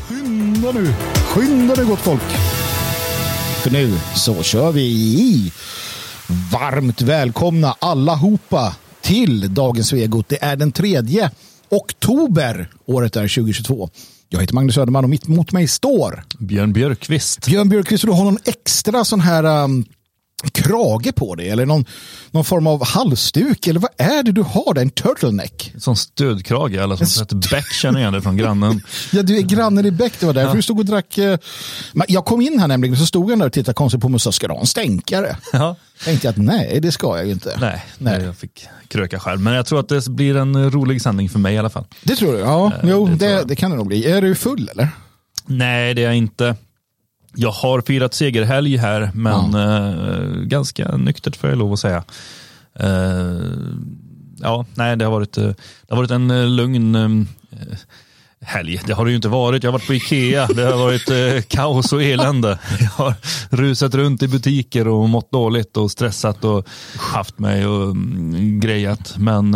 Skynda nu gott folk. För nu så kör vi varmt välkomna allihopa till dagens Svegot. Det är den 3 oktober, året är 2022. Jag heter Magnus Söderman och mitt mot mig står Björn Björkqvist. Björn Björkqvist, och du har någon extra sån här krage på dig eller någon form av halsduk, eller vad är det du har där? En turtleneck? Sån stödkrage, alla som sätter Beck känner igen det från grannen. Ja, du är grannen i Beck, det var därför du stod och drack. Jag kom in här nämligen, så stod han där och tittade konstigt på mig och sa, ska du ha en stänkare? Ja. Tänkte jag att nej, det ska jag ju inte. Nej, jag fick kröka själv. Men jag tror att det blir en rolig sändning för mig i alla fall. Det tror du? Ja, det kan det nog bli. Är du full eller? Nej, det är jag inte. Jag har firat segerhelg här, men ganska nyktert får jag lov att säga. Det har varit en lugn helg. Det har det ju inte varit. Jag har varit på Ikea. Det har varit kaos och elände. Jag har rusat runt i butiker och mått dåligt och stressat och haft mig och grejat. Men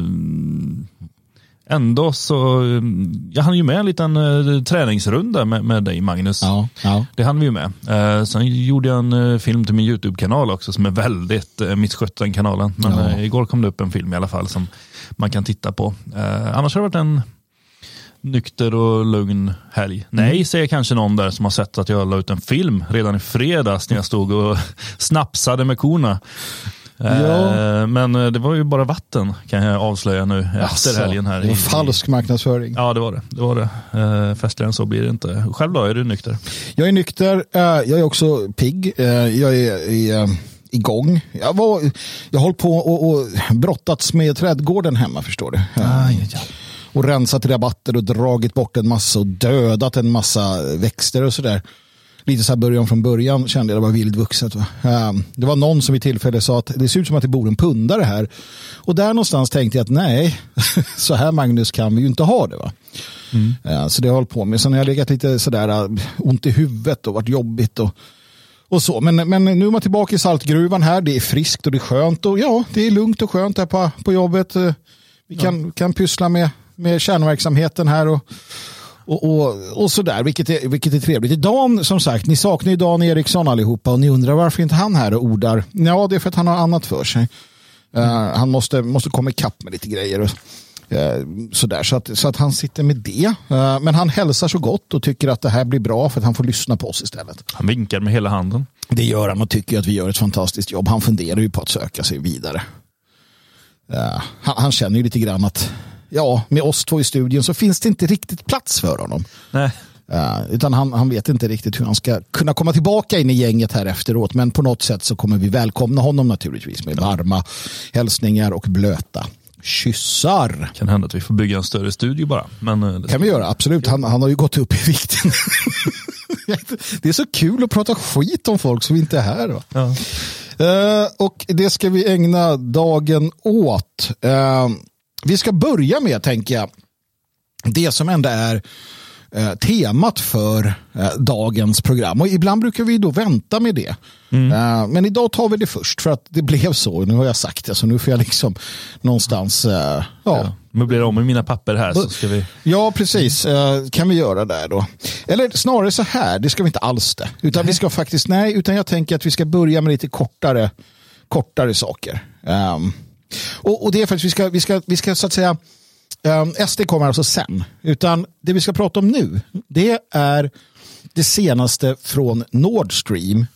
ändå så jag hann ju med en liten träningsrunda med dig, Magnus. Ja. Det hann vi ju med. Sen gjorde jag en film till min YouTube-kanal också som är väldigt misskött, den kanalen. Men igår kom det upp en film i alla fall som man kan titta på. Annars har det varit en nykter och lugn helg. Nej, säger kanske någon där som har sett att jag la ut en film redan i fredags när jag stod och snapsade med korna. Ja. Men det var ju bara vatten, kan jag avslöja nu efter helgen här. Det var falsk marknadsföring. Ja, det var det. Festligare än så blir det inte. Själv då, är du nykter? Jag är nykter. Jag är också pigg. Jag är igång. Jag har hållit på och brottats med trädgården hemma, förstår du. Och rensat rabatter och dragit bort en massa och dödat en massa växter och sådär. Lite så här början från början kände jag det var vildvuxet. Va? Det var någon som vid tillfälle sa att det ser ut som att det bor en pundare här. Och där någonstans tänkte jag att nej, så här Magnus kan vi ju inte ha det, va. Så det har jag hållit på med. Sen har jag legat lite sådär ont i huvudet och varit jobbigt och så. Men nu är man tillbaka i saltgruvan här. Det är friskt och det är skönt. Och ja, det är lugnt och skönt här på jobbet. Vi kan pyssla med kärnverksamheten här och sådär, vilket är trevligt. Idag, som sagt, ni saknar ju Dan Eriksson allihopa och ni undrar varför inte han här och ordar. Ja, det är för att han har annat för sig. Han måste komma ikapp med lite grejer och sådär, så att han sitter med det. Men han hälsar så gott och tycker att det här blir bra för att han får lyssna på oss istället. Han vinkar med hela handen. Det gör han och tycker att vi gör ett fantastiskt jobb. Han funderar ju på att söka sig vidare. Han känner ju lite grann att med oss två i studion så finns det inte riktigt plats för honom. Nej. Utan han vet inte riktigt hur han ska kunna komma tillbaka in i gänget här efteråt. Men på något sätt så kommer vi välkomna honom naturligtvis med varma hälsningar och blöta kyssar. Kan hända att vi får bygga en större studio bara. Men det kan vi göra, absolut. Han har ju gått upp i vikten. Det är så kul att prata skit om folk som inte är här. Va? Ja. Och det ska vi ägna dagen åt. Vi ska börja med, tänker jag, det som ändå är temat för dagens program. Och ibland brukar vi då vänta med det. Men idag tar vi det först för att det blev så. Nu har jag sagt det, så nu får jag liksom någonstans... möblera om i mina papper här så ska vi... Ja, precis. Kan vi göra där då? Eller snarare så här, det ska vi inte alls det. Utan vi ska faktiskt, utan jag tänker att vi ska börja med lite kortare saker. Och det är för att vi ska så att säga SD kommer alltså sen, utan det vi ska prata om nu, det är det senaste från Nord Stream.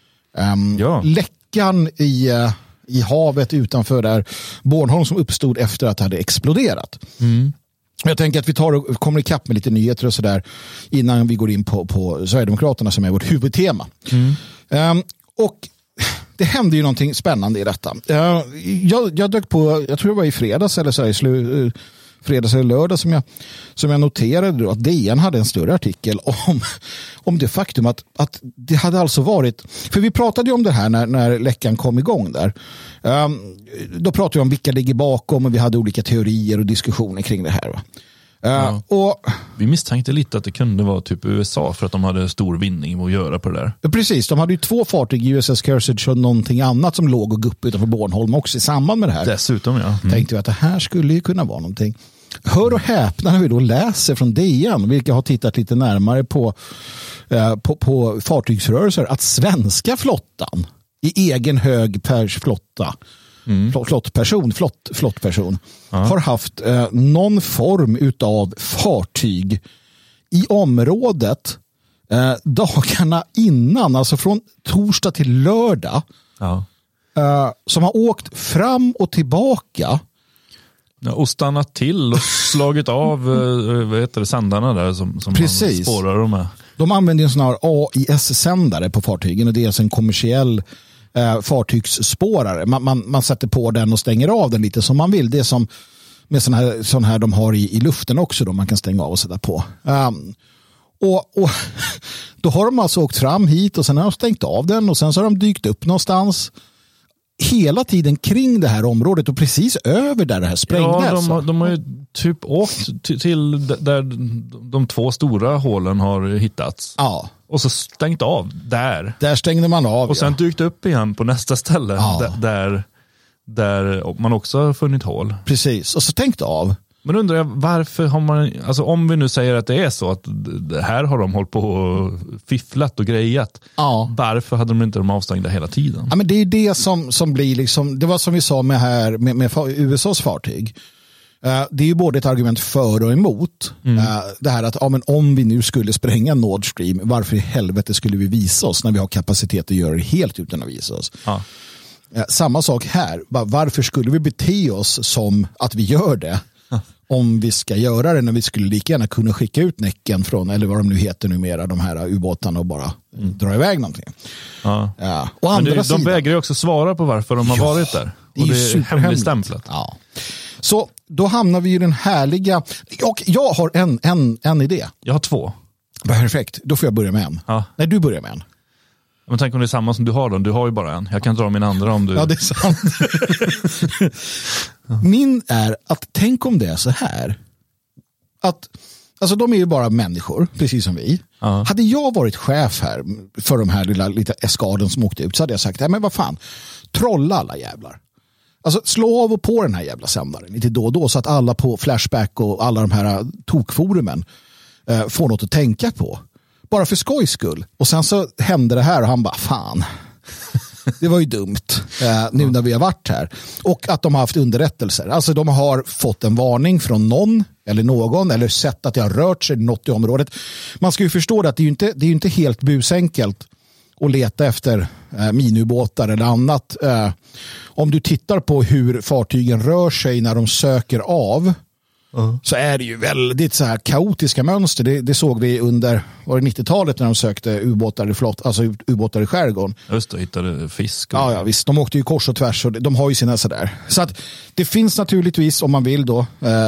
Läckan i havet utanför där Bornholm som uppstod efter att det hade exploderat. Jag tänker att vi kommer ikapp med lite nyheter och sådär innan vi går in på Sverigedemokraterna som är vårt huvudtema. Och det hände ju någonting spännande i detta. Jag dök på, jag tror det var i fredags eller så här, fredags eller lördag som jag noterade då att DN hade en större artikel om det faktum att det hade alltså varit, för vi pratade ju om det här när läckan kom igång där. Då pratade vi om vilka ligger bakom och vi hade olika teorier och diskussioner kring det här, va? Och vi misstänkte lite att det kunde vara typ USA för att de hade stor vinning att göra på det där. Precis, de hade ju 2 fartyg, USS Kearsarge och någonting annat som låg och guppade utanför Bornholm också i samband med det här. Dessutom, ja. Tänkte vi att det här skulle ju kunna vara någonting. Hör och häpna när vi då läser från DN, vilka har tittat lite närmare på fartygsrörelser, att svenska flottan i egen hög flotta flottperson har haft någon form utav fartyg i området dagarna innan, alltså från torsdag till lördag, som har åkt fram och tillbaka. Ja, och stannat till och slagit av sändarna där som man spårar dem med. De använder en sån här AIS-sändare på fartygen, och det är alltså en kommersiell fartygsspårare. Man sätter på den och stänger av den lite som man vill. Det är som med sån här de har i luften också, då man kan stänga av och sätta på. Och då har de alltså åkt fram hit och sen har de stängt av den och sen så har de dykt upp någonstans hela tiden kring det här området och precis över där det här sprängdes. Ja, de har ju typ åkt till där de 2 stora hålen har hittats. Ja. Och så stängt av där. Där stängde man av. Och sen dykt upp igen på nästa ställe där man också har funnit hål. Precis, och så stängt av. Men undrar jag, varför har man, alltså om vi nu säger att det är så att här har de hållit på och fifflat och grejat. Ja. Varför hade de inte de avstängda hela tiden? Ja, men det är det som blir liksom, det var som vi sa med USAs fartyg. Det är ju både ett argument för och emot. Det här att men om vi nu skulle spränga Nord Stream, varför i helvete skulle vi visa oss när vi har kapacitet att göra det helt utan att visa oss? Ja. Samma sak här. Varför skulle vi bete oss som att vi gör det? Om vi ska göra det när vi skulle lika gärna kunna skicka ut Näcken från, eller vad de nu heter numera, de här ubåtarna och bara dra iväg någonting. Ja. Och andra sidan, de vägrar ju också svara på varför de har varit där. Och det är hemligstämplat. Ja. Så då hamnar vi i den härliga, och jag har en idé. Jag har 2. Perfekt, då får jag börja med en. Ja. Nej, du börjar med en. Men tänk om det är samma som du har då. Du har ju bara en. Jag kan dra min andra om du... Ja, det är sant. Min är att tänk om det är så här. Att, alltså de är ju bara människor, precis som vi. Hade jag varit chef här för de här lilla eskaden som åkte ut, så hade jag sagt, nej men vad fan, trolla alla jävlar. Alltså slå av och på den här jävla sändaren lite då och då, så att alla på Flashback och alla de här tokforumen får något att tänka på. Bara för skojs skull. Och sen så hände det här och han bara, fan. Det var ju dumt nu när vi har varit här. Och att de har haft underrättelser. Alltså de har fått en varning från någon eller sett att det har rört sig något i området. Man ska ju förstå det att det är ju inte helt busenkelt att leta efter minubåtar eller annat. Om du tittar på hur fartygen rör sig när de söker av, så är det ju väldigt så här kaotiska mönster. Det såg vi under 90-talet när de sökte ubåtar i skärgården. Just det, hittade fisk. Ja, visst. De åkte ju kors och tvärs och de har ju sina sådär. Så att det finns naturligtvis, om man vill då,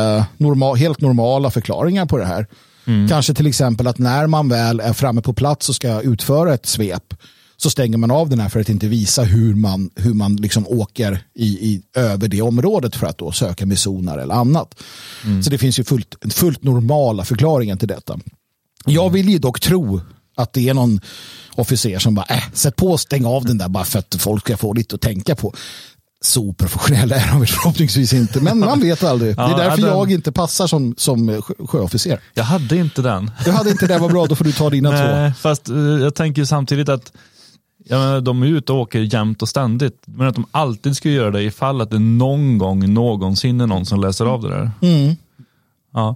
helt normala förklaringar på det här. Kanske till exempel att när man väl är framme på plats och ska utföra ett svep, så stänger man av den här för att inte visa hur man liksom åker över det området för att då söka med sonar eller annat. Så det finns ju fullt normala förklaringar till detta. Jag vill ju dock tro att det är någon officer som bara sätt på och stäng av den där bara för att folk ska få lite att tänka på. Så professionella är de förhoppningsvis inte, men man vet aldrig. Det är därför jag inte passar som sjöofficer. Jag hade inte den. Du hade inte det, var bra, då får du ta dina 2. Fast jag tänker samtidigt att de är ute och åker jämt och ständigt, men att de alltid ska göra det ifall att det någon gång någonsin är någon som läser av det där. Ja,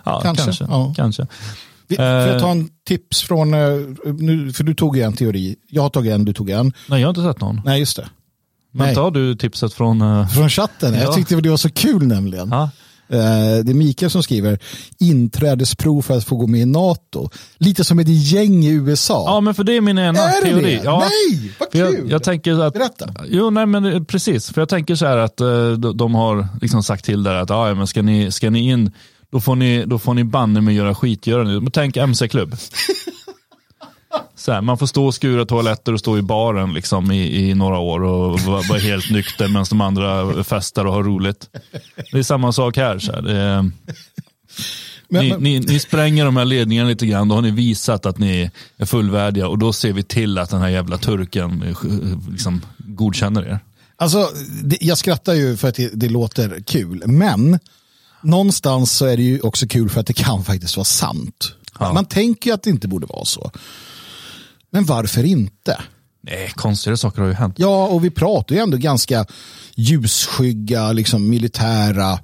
kanske. Får jag ta en tips från nu, för du tog en teori. Jag har tagit en, du tog en. Nej, jag har inte sett någon. Nej, just det. Men tar du tipset från chatten? Jag tyckte det var så kul nämligen. Ja. Det är Mikael som skriver inträdesprov för att få gå med i NATO. Lite som ett gäng i USA. Ja, men för det är min ena teori. Ja. Nej, vad kul! Jag tänker att, berätta. Jo, nej, men precis. För jag tänker så här att de har liksom sagt till där att men ska ni in, då får ni banne med göra skitgörande. Men tänk MC-klubb. Så här, man får stå och skura toaletter och stå i baren liksom i några år och vara helt nykter medan de andra festar och har roligt. Det är samma sak här. Så här. Ni spränger de här ledningarna lite grann, då har ni visat att ni är fullvärdiga och då ser vi till att den här jävla turken liksom godkänner er. Alltså, jag skrattar ju för att det låter kul, men någonstans så är det ju också kul för att det kan faktiskt vara sant. Ja. Man tänker ju att det inte borde vara så. Men varför inte? Nej, konstiga saker har ju hänt. Ja, och vi pratar ju ändå ganska ljusskygga, liksom militära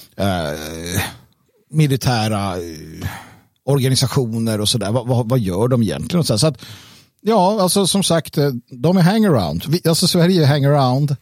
organisationer och sådär. Vad gör de egentligen? Så att, ja, alltså som sagt, de är hangaround. Alltså Sverige är hangaround.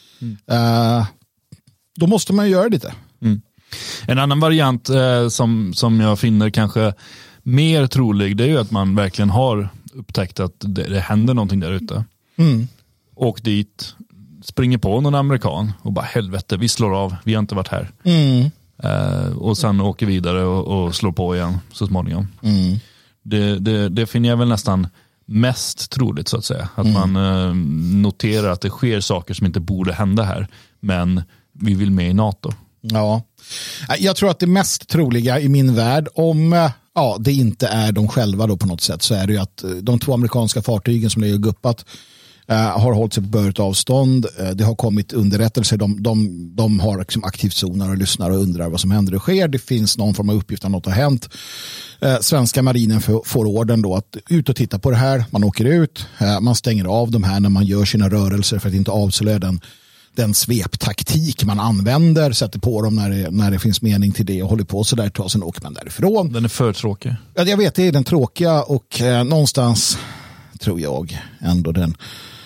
Då måste man göra lite. Mm. En annan variant som jag finner kanske mer trolig, det är ju att man verkligen har upptäckt att det händer någonting där ute. Åk dit, springer på någon amerikan och bara helvete, vi slår av, vi har inte varit här. Och sen åker vidare och slår på igen så småningom. Det finner jag väl nästan mest troligt så att säga. Att man noterar att det sker saker som inte borde hända här, men vi vill med i NATO. Ja, jag tror att det mest troliga i min värld, om det inte är de själva då på något sätt, så är det ju att de 2 amerikanska fartygen som ligger guppat har hållit sig på behörigt avstånd. Det har kommit underrättelser. De har liksom aktivt zoner och lyssnar och undrar vad som händer och sker. Det finns någon form av uppgift att något har hänt. Svenska marinen får orden då att ut och titta på det här. Man åker ut. Man stänger av de här när man gör sina rörelser för att inte avslöja den sveptaktik man använder, sätter på dem när det finns mening till det och håller på så där, sen åker man därifrån. Den är för tråkig. Ja, jag vet, det är den tråkiga och någonstans tror jag ändå den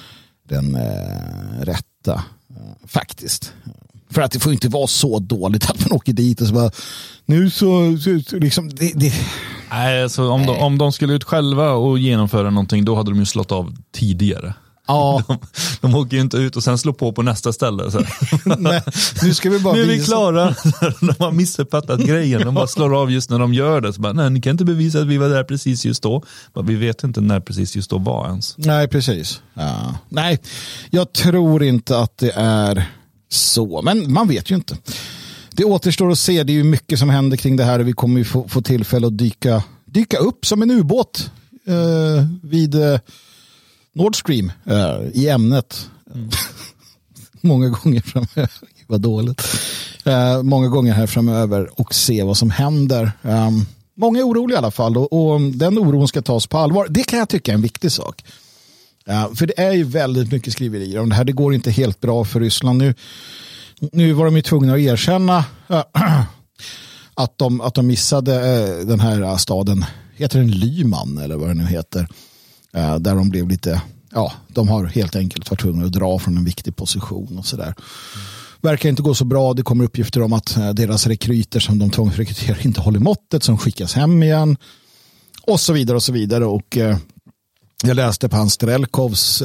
rätta faktiskt. För att det får inte vara så dåligt att man åker dit och så bara nu så liksom det. Nej, alltså om de skulle ut själva och genomföra någonting, då hade de ju slått av tidigare. Ja. De åker ju inte ut och sen slår på nästa ställe. Så. Nej, nu ska vi bara nu är vi klara. De har missuppfattat grejen. De bara slår av just när de gör det. Så bara, nej, ni kan inte bevisa att vi var där precis just då. Men vi vet inte när precis just då var ens. Nej, precis. Ja. Nej, jag tror inte att det är så. Men man vet ju inte. Det återstår att se. Det är ju mycket som händer kring det här. Och vi kommer ju få tillfälle att dyka upp som en ubåt vid Nord Stream i ämnet. Många gånger framöver. Vad dåligt. Många gånger här framöver och se vad som händer. Många är oroliga i alla fall och den oron ska tas på allvar. Det kan jag tycka är en viktig sak. För det är ju väldigt mycket skriverier om det här. Det går inte helt bra för Ryssland. Nu var de ju tvungna att erkänna att de missade den här staden. Heter den Lyman eller vad det nu heter? Där de blev lite, de har helt enkelt varit tvungna att dra från en viktig position och sådär. Verkar inte gå så bra. Det kommer uppgifter om att deras rekryter som de tvångsrekryterar inte håller måttet, som skickas hem igen och så vidare och så vidare. Och jag läste på hans Strelkovs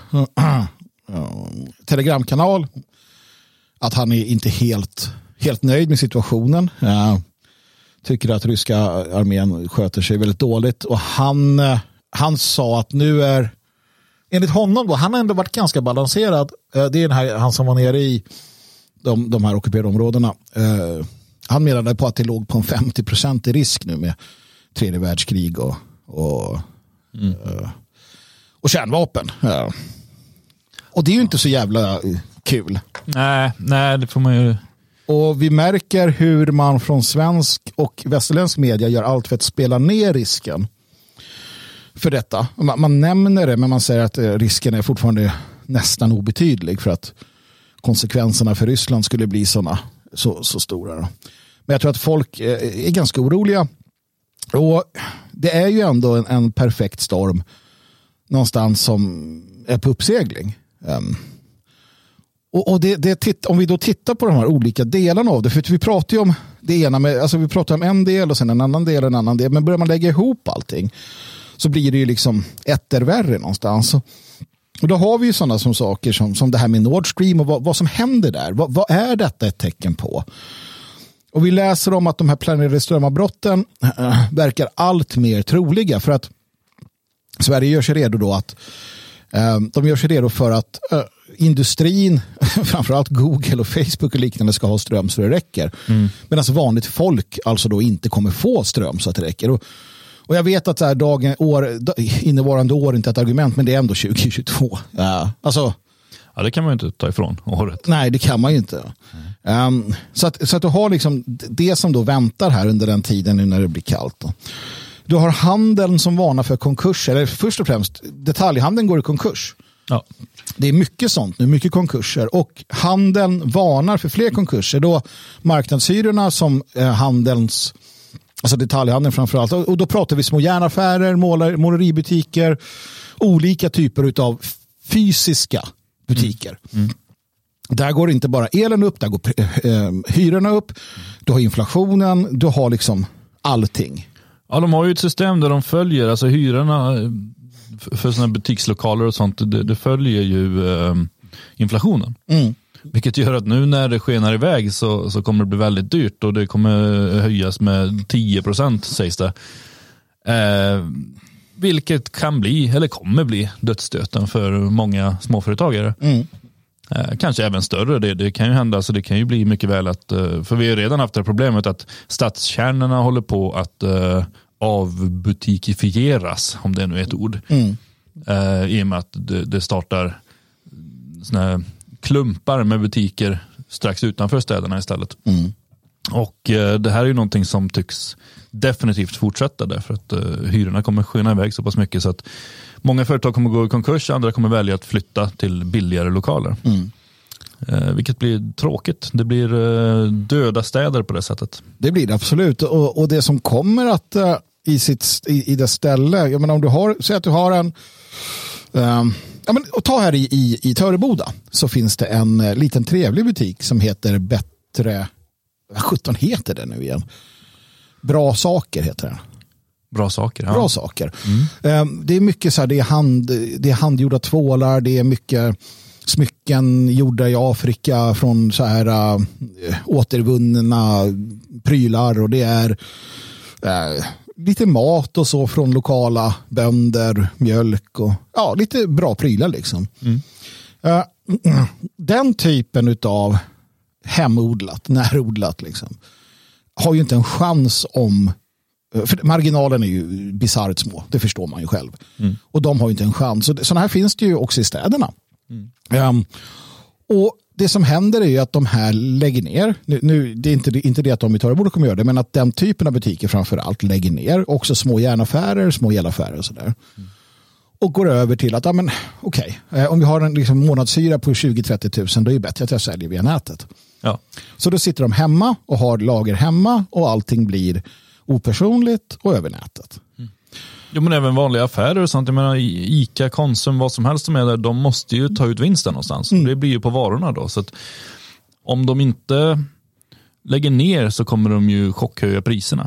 telegramkanal att han är inte helt nöjd med situationen. Tycker att ryska armén sköter sig väldigt dåligt och han sa att nu är, enligt honom då, han har ändå varit ganska balanserad. Det är den här, han som var nere i de här ockuperade områdena. Han menade på att det låg på en 50% i risk nu med tredje världskrig och kärnvapen. Och det är ju inte så jävla kul. Nej, det får man ju. Och vi märker hur man från svensk och västerländsk media gör allt för att spela ner risken för detta. Man nämner det, men man säger att risken är fortfarande nästan obetydlig för att konsekvenserna för Ryssland skulle bli så stora. Men jag tror att folk är ganska oroliga. Och det är ju ändå en perfekt storm någonstans som är på uppsegling. Och om vi då tittar på de här olika delarna av det, för vi pratar ju om det ena vi pratar om en del och sen en annan del, men börjar man lägga ihop allting så blir det ju liksom värre någonstans. Och då har vi ju sådana som saker som det här med Nord Stream och vad som händer där. Vad är detta ett tecken på? Och vi läser om att de här planerade strömavbrotten verkar allt mer troliga för att Sverige gör sig redo då att de gör sig redo för att industrin, framförallt Google och Facebook och liknande, ska ha ström så det räcker. Medan vanligt folk alltså då inte kommer få ström så att det räcker. Och jag vet att så här innevarande år är inte ett argument, men det är ändå 2022. Ja, det kan man ju inte ta ifrån året. Nej, det kan man ju inte. Så att du har liksom det som då väntar här under den tiden nu när det blir kallt då. Du har handeln som varnar för konkurs, eller först och främst detaljhandeln går i konkurs. Ja. Det är mycket sånt nu, mycket konkurser, och handeln varnar för fler konkurser. Då marknadshyrorna som handelns, alltså detaljhandeln framförallt, och då pratar vi små järnaffärer, måleributiker, olika typer av fysiska butiker. Där går inte bara elen upp, där går hyrorna upp, du har inflationen, du har liksom allting. Ja, de har ju ett system där de följer, alltså hyrorna för sådana butikslokaler och sånt, det följer ju inflationen. Vilket gör att nu när det skenar iväg så kommer det bli väldigt dyrt, och det kommer höjas med 10% sägs det. Vilket kan bli, eller kommer bli, dödsstöten för många småföretagare. Kanske även större, det kan ju hända, så det kan ju bli mycket väl att, för vi har redan haft det problemet att stadskärnorna håller på att avbutikifieras, om det nu är ett ord. I och med att det startar såna här klumpar med butiker strax utanför städerna istället. Och det här är ju någonting som tycks definitivt fortsätta, därför att hyrorna kommer skena iväg så pass mycket så att många företag kommer gå i konkurs, andra kommer välja att flytta till billigare lokaler. Vilket blir tråkigt. Det blir döda städer på det sättet. Det blir det absolut. Och det som kommer att i det ställe, jag menar, om du har, säg att du har en och ta här i Töreboda, så finns det en liten trevlig butik som heter Bättre, vad 17 heter det nu igen? Bra saker heter den. Bra saker, ja. Bra saker. Det är mycket så här, det är handgjorda tvålar, det är mycket smycken gjorda i Afrika från så här återvunna prylar, och det är lite mat och så från lokala bönder, mjölk och lite bra prylar liksom. Den typen av hemodlat, närodlat liksom, har ju inte en chans om, för marginalen är ju bizarrt små, det förstår man ju själv. Och de har ju inte en chans. Så sådana här finns det ju också i städerna. Och det som händer är ju att de här lägger ner. Nu det är inte det att de i Töreboda kommer göra det, men att den typen av butiker framförallt lägger ner. Också små järnaffärer, små elaffärer och sådär. Och går över till att, om vi har en liksom månadshyra på 20-30 000, då är det bättre att jag säljer via nätet. Ja. Så då sitter de hemma och har lager hemma, och allting blir opersonligt och över nätet. Jo, men även vanliga affärer och sånt. Jag menar, Ica, Konsum, vad som helst som är där, de måste ju ta ut vinsten någonstans. Det blir ju på varorna då. Så att om de inte lägger ner så kommer de ju chockhöja priserna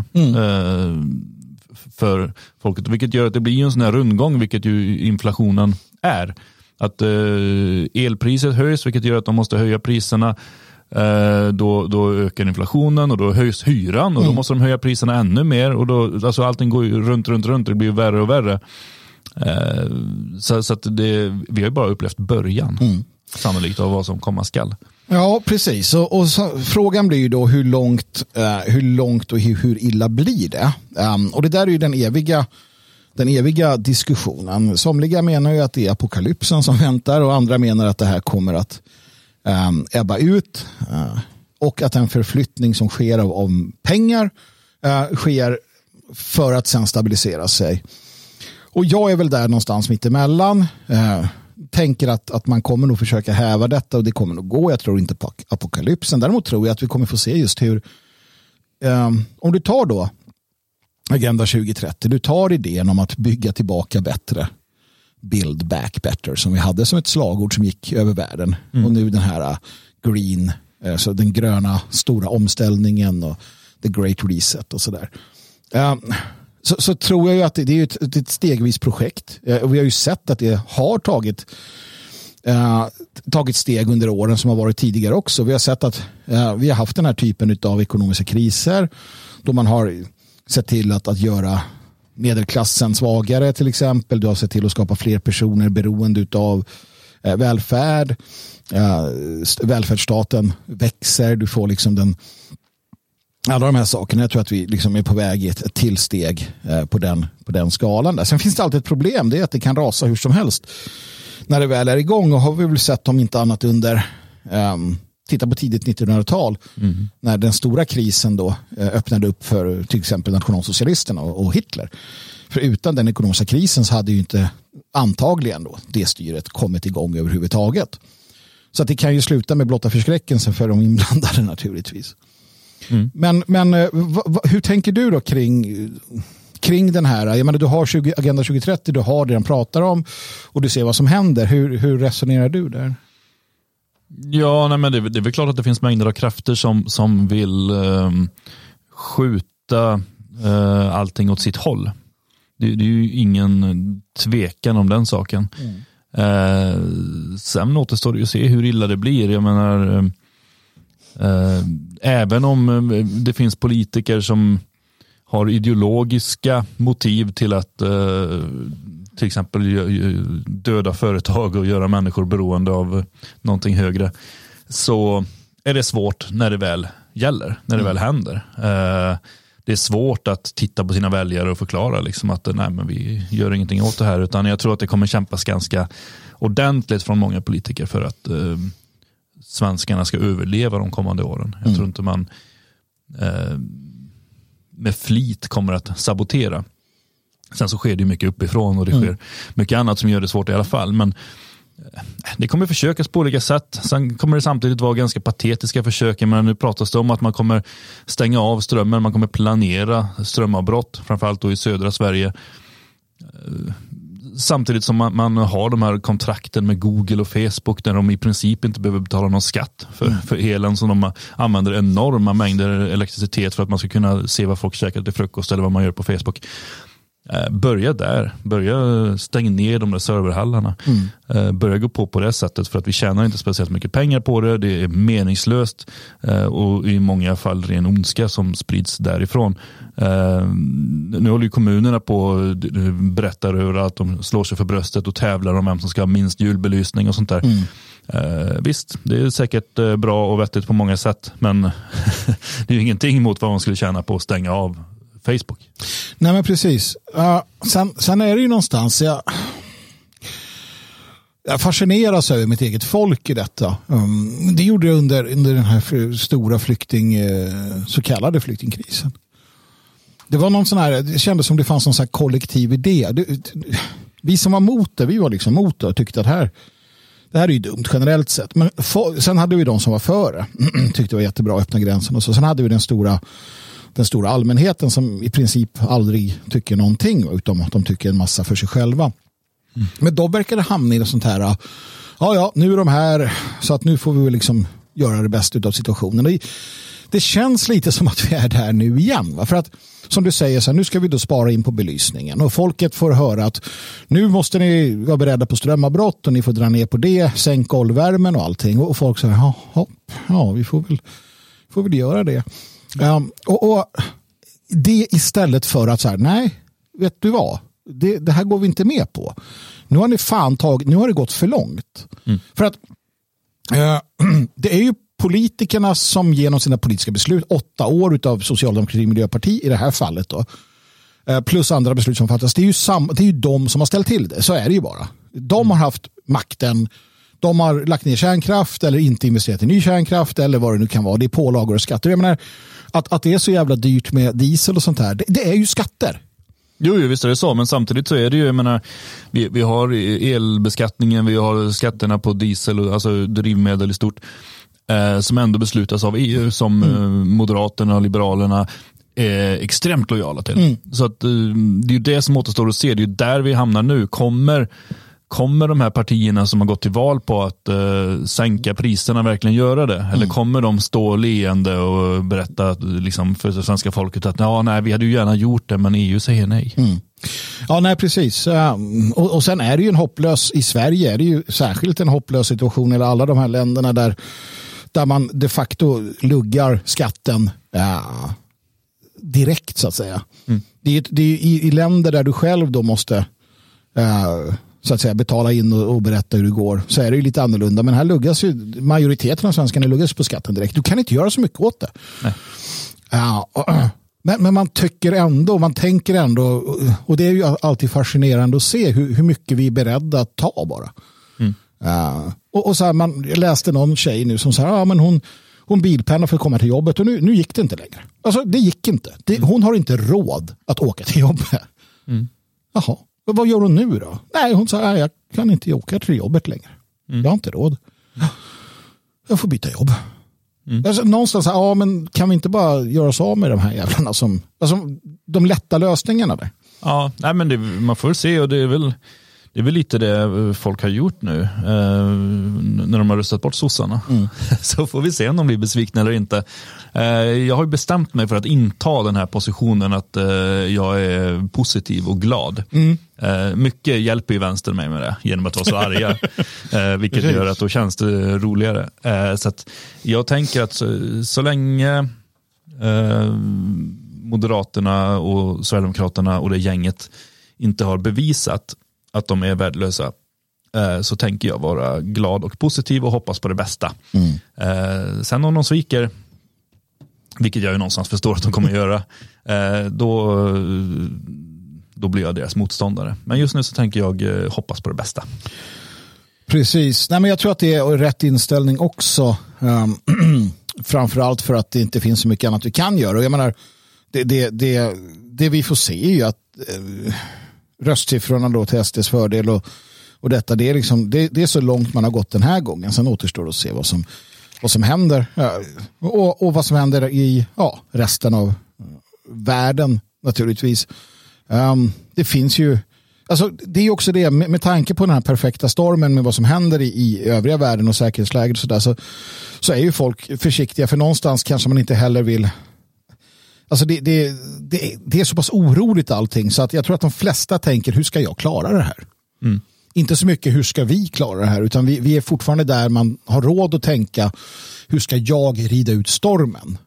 för folket. Vilket gör att det blir en sån här rundgång, vilket ju inflationen är. Att elpriset höjs, vilket gör att de måste höja priserna. Då ökar inflationen, och då höjs hyran, och då måste de höja priserna ännu mer, och då, alltså allting går ju runt, det blir värre och värre. Så att vi har ju bara upplevt början sannolikt av vad som komma skall. Ja, precis. Och så, frågan blir ju då hur långt och hur illa blir det? Och det där är ju den eviga diskussionen. Somliga menar ju att det är apokalypsen som väntar, och andra menar att det här kommer att ebba ut, och att en förflyttning som sker av pengar sker för att sen stabilisera sig. Och jag är väl där någonstans mitt emellan. Tänker att man kommer nog försöka häva detta, och det kommer nog gå. Jag tror inte på apokalypsen. Däremot tror jag att vi kommer få se just hur, om du tar då Agenda 2030, du tar idén om att bygga tillbaka bättre, build back better, som vi hade som ett slagord som gick över världen. Och nu den här green, så den gröna stora omställningen och the great reset och sådär. Så tror jag ju att det är ett stegvis projekt. Och vi har ju sett att det har tagit steg under åren som har varit tidigare också. Vi har sett att vi har haft den här typen av ekonomiska kriser då man har sett till att göra medelklassen svagare till exempel. Du har sett till att skapa fler personer beroende av välfärd. Välfärdsstaten växer. Du får liksom alla de här sakerna. Jag tror att vi liksom är på väg i ett tillsteg på den skalan där. Sen finns det alltid ett problem. Det är att det kan rasa hur som helst när det väl är igång. Och har vi väl sett om inte annat under titta på tidigt 1900-tal när den stora krisen då öppnade upp för till exempel nationalsocialisterna och Hitler. För utan den ekonomiska krisen så hade ju inte antagligen då det styret kommit igång överhuvudtaget. Så att det kan ju sluta med blotta förskräckelsen för de inblandade naturligtvis. Men hur tänker du då kring den här? Jag menar, du har Agenda 2030, du har det den pratar om och du ser vad som händer. Hur resonerar du där? Ja, nej, men det är väl klart att det finns mängder av krafter som vill skjuta allting åt sitt håll. Det är ju ingen tvekan om den saken. Sen återstår det ju att se hur illa det blir. Jag menar, även om det finns politiker som har ideologiska motiv till att till exempel döda företag och göra människor beroende av någonting högre, så är det svårt när det väl gäller, när det väl händer. Det är svårt att titta på sina väljare och förklara liksom att nej, men vi gör ingenting åt det här, utan jag tror att det kommer kämpas ganska ordentligt från många politiker för att svenskarna ska överleva de kommande åren. Jag tror inte man med flit kommer att sabotera. Sen så sker det mycket uppifrån och det sker mycket annat som gör det svårt i alla fall. Men det kommer försökas på olika sätt. Sen kommer det samtidigt vara ganska patetiska försök. Men nu pratas det om att man kommer stänga av strömmen. Man kommer planera strömavbrott, framförallt då i södra Sverige. Samtidigt som man har de här kontrakten med Google och Facebook där de i princip inte behöver betala någon skatt för elen, som de använder enorma mängder elektricitet för att man ska kunna se vad folk käkar till frukost eller vad man gör på Facebook. Börja där. Börja stänga ner de där serverhallarna. Börja gå på det sättet, för att vi tjänar inte speciellt mycket pengar på det. Det är meningslöst och i många fall ren ondska som sprids därifrån. Nu håller ju kommunerna på och berättar över att de slår sig för bröstet och tävlar om vem som ska ha minst julbelysning och sånt där. Visst, det är säkert bra och vettigt på många sätt, men det är ju ingenting mot vad man skulle tjäna på att stänga av Facebook. Nej, men precis. Sen är det ju någonstans jag fascineras över mitt eget folk i detta. Det gjorde jag under den här stora så kallade flyktingkrisen. Det var någon sån här, det kändes som det fanns någon sån här kollektiv idé. Vi som var mot det, vi var liksom mot det och tyckte att det här är ju dumt generellt sett. Men sen hade vi de som var före. Tyckte det var jättebra att öppna gränsen och så. Sen hade vi den stora allmänheten som i princip aldrig tycker någonting, utom att de tycker en massa för sig själva. Men då verkar det hamna i något sånt här, ja, nu är de här, så att nu får vi liksom göra det bästa av situationen. Det känns lite som att vi är där nu igen. Va? För att, som du säger, så här, nu ska vi då spara in på belysningen. Och folket får höra att nu måste ni vara beredda på strömavbrott och ni får dra ner på det, sänka golvvärmen och allting. Och folk säger, ja, vi får väl göra det. Och det istället för att så här, nej, vet du vad? Det här går vi inte med på. Nu har ni nu har det gått för långt. För att det är ju politikerna som genom sina politiska beslut, 8 år utav Socialdemokrati och Miljöparti i det här fallet då, plus andra beslut som fattas, det är ju de som har ställt till det. Så är det ju bara. De har haft makten, de har lagt ner kärnkraft eller inte investerat i ny kärnkraft eller vad det nu kan vara. Det är pålagor och skatter. Jag menar, att det är så jävla dyrt med diesel och sånt här, det är ju skatter. Jo, visst är det så, men samtidigt så är det ju, jag menar, vi har elbeskattningen, vi har skatterna på diesel, alltså drivmedel i stort, som ändå beslutas av EU, som Moderaterna och Liberalerna är extremt lojala till. Så att det är ju det som återstår att se, det är ju där vi hamnar nu. Kommer de här partierna som har gått till val på att sänka priserna verkligen göra det? Eller kommer de stå leende och berätta liksom, för svenska folket att nej, vi hade ju gärna gjort det, men EU säger nej. Ja, nej, precis. Och sen är det ju en hopplös, i Sverige är det ju särskilt en hopplös situation, eller alla de här länderna där man de facto luggar skatten direkt så att säga. Det är i länder där du själv då måste så att säga betala in och berätta hur det går, så är det ju lite annorlunda. Men här luggas ju, majoriteten av svenskarna luggas på skatten direkt. Du kan inte göra så mycket åt det. Men man tycker ändå, man tänker ändå, och det är ju alltid fascinerande att se hur mycket vi är beredda att ta bara. Och så här, jag läste någon tjej nu som sa men hon bilpendlar för att komma till jobbet och nu gick det inte längre. Alltså det gick inte. Hon har inte råd att åka till jobbet. Jaha, vad gör hon nu då? Nej, hon sa jag kan inte åka till jobbet längre. Jag har inte råd. Jag får byta jobb. Alltså, någonstans, men kan vi inte bara göra oss av med de här jävlarna som, alltså, de lätta lösningarna där? Ja, nej, men man får se, och det är väl lite det folk har gjort nu när de har röstat bort sossarna. Så får vi se om de blir besvikna eller inte. Jag har ju bestämt mig för att inta den här positionen att jag är positiv och glad. Mycket hjälper ju vänster mig med det genom att vara så arga. Vilket gör att då känns det roligare. Så att jag tänker att så länge Moderaterna och Sverigedemokraterna och det gänget inte har bevisat att de är värdelösa, så tänker jag vara glad och positiv och hoppas på det bästa. Sen om de sviker, vilket jag ju någonstans förstår att de kommer göra, då blir jag deras motståndare. Men just nu så tänker jag hoppas på det bästa. Precis. Nej, men jag tror att det är rätt inställning också. Framförallt för att det inte finns så mycket annat vi kan göra. Och jag menar, det vi får se är ju att röstsiffrorna då till SDs fördel och detta, det är liksom, det är så långt man har gått den här gången. Sen återstår att se vad som händer och vad som händer i resten av världen naturligtvis. Det finns ju, alltså det är också det med tanke på den här perfekta stormen med vad som händer i övriga världen och säkerhetsläget och sådär, så är ju folk försiktiga, för någonstans kanske man inte heller vill. Alltså det är så pass oroligt allting, så att jag tror att de flesta tänker, hur ska jag klara det här? Inte så mycket hur ska vi klara det här, utan vi är fortfarande där man har råd att tänka, hur ska jag rida ut stormen?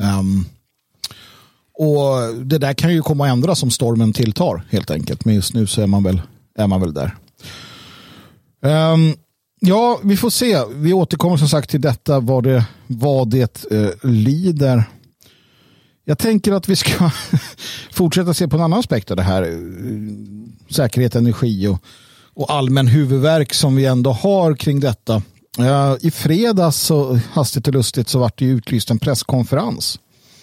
Och det där kan ju komma att ändras om stormen tilltar helt enkelt, men just nu så är man väl där. Ja, vi får se. Vi återkommer som sagt till detta vad det lider. Jag tänker att vi ska fortsätta se på en annan aspekt av det här. Säkerhet, energi och allmän huvudvärk som vi ändå har kring detta. I fredags så hastigt och lustigt så var det utlyst en presskonferens.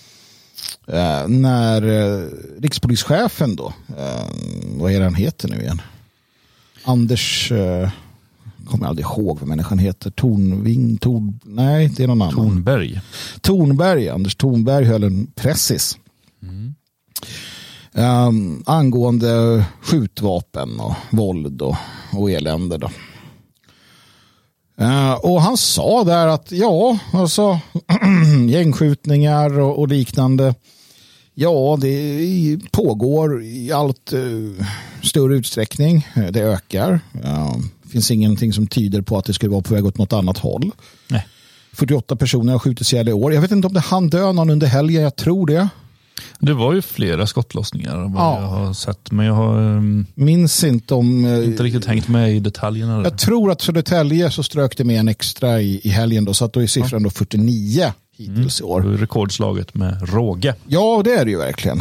När rikspolischefen då, vad är han heter nu igen? Anders, kommer aldrig ihåg vad människan heter. Nej, det är någon annan. Thornberg, Anders Thornberg höll en pressis angående skjutvapen och våld och elände då. Och han sa där att alltså gängskjutningar och liknande, det pågår i allt större utsträckning. Det ökar. Det finns ingenting som tyder på att det skulle vara på väg åt något annat håll. Nej. 48 personer har skjutits ihjäl i år. Jag vet inte om det hann dö någon under helgen, jag tror det. Det var ju flera skottlossningar vad jag har sett, men jag har minns inte om inte riktigt hängt med i detaljerna. Jag tror att Södertälje så strök det med en extra i helgen då, så att då är siffran då 49 hittills i år. Rekordslaget med råge. Ja, det är det ju verkligen.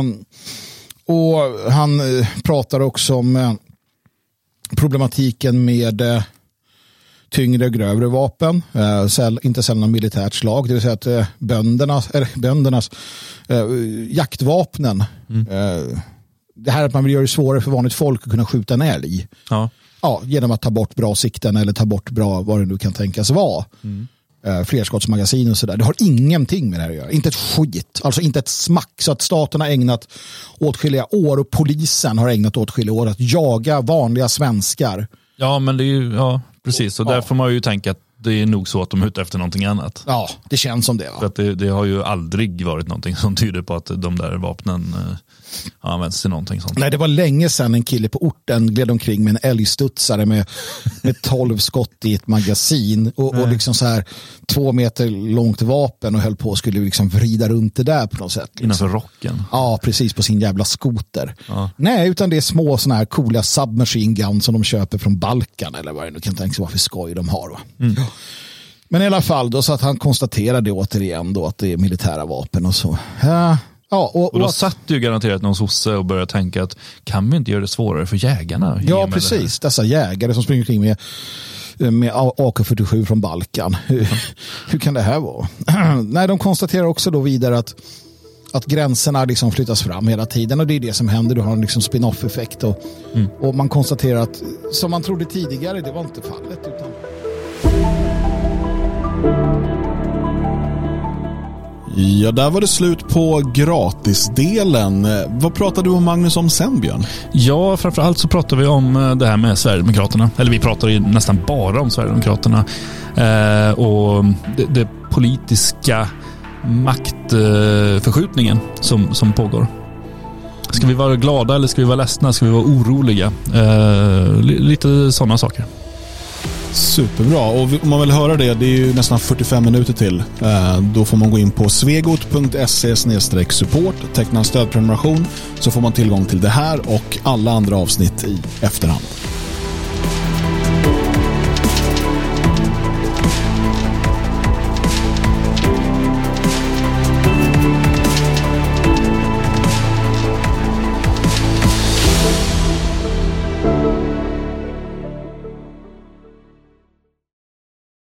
Och han pratar också om problematiken med tyngre och grövre vapen, inte sällan militärt slag, det vill säga att böndernas jaktvapnen, det här att man vill göra det svårare för vanligt folk att kunna skjuta en älg genom att ta bort bra sikten eller ta bort bra vad det nu kan tänkas vara. Flerskottsmagasin och sådär. Det har ingenting med det här att göra. Inte ett skit. Alltså inte ett smack. Så att staten har ägnat åtskilliga år och polisen har ägnat åtskilliga år att jaga vanliga svenskar. Ja, men det är ju, precis. Och där får man ju tänka att det är nog så att de är ute efter någonting annat. Ja, det känns som det. Va? För att det har ju aldrig varit någonting som tyder på att de där vapnen används till någonting sånt. Nej, det var länge sedan en kille på orten gled omkring med en älgstudsare med 12 skott i ett magasin och liksom så här 2 meter långt vapen och höll på och skulle liksom vrida runt det där på något sätt. Liksom. Innanför rocken. Ja, precis, på sin jävla skoter. Ja. Nej, utan det är små såna här coola submachine guns som de köper från Balkan eller vad det nu kan tänka sig varför skoj de har. Va? Men i alla fall då, så att han konstaterade återigen då att det är militära vapen och så. Och då satt ju garanterat någon sosse och började tänka att kan vi inte göra det svårare för jägarna? Ja, precis. Dessa jägare som springer kring med med AK47 från Balkan. Hur kan det här vara? Nej, de konstaterar också då vidare att gränserna liksom flyttas fram hela tiden, och det är det som händer. Du har en liksom spin-off-effekt och man konstaterar att som man trodde tidigare, det var inte fallet. Utan... Ja, där var det slut på gratisdelen. Vad pratar du och Magnus om sen, Björn? Ja, framförallt så pratar vi om det här med Sverigedemokraterna. Eller vi pratar ju nästan bara om Sverigedemokraterna. Och det politiska maktförskjutningen som pågår. Ska vi vara glada eller ska vi vara ledsna? Ska vi vara oroliga? Lite sådana saker. Superbra, och om man vill höra det är ju nästan 45 minuter till. Då får man gå in på svegot.se/support, teckna en stödprenumeration, så får man tillgång till det här och alla andra avsnitt i efterhand.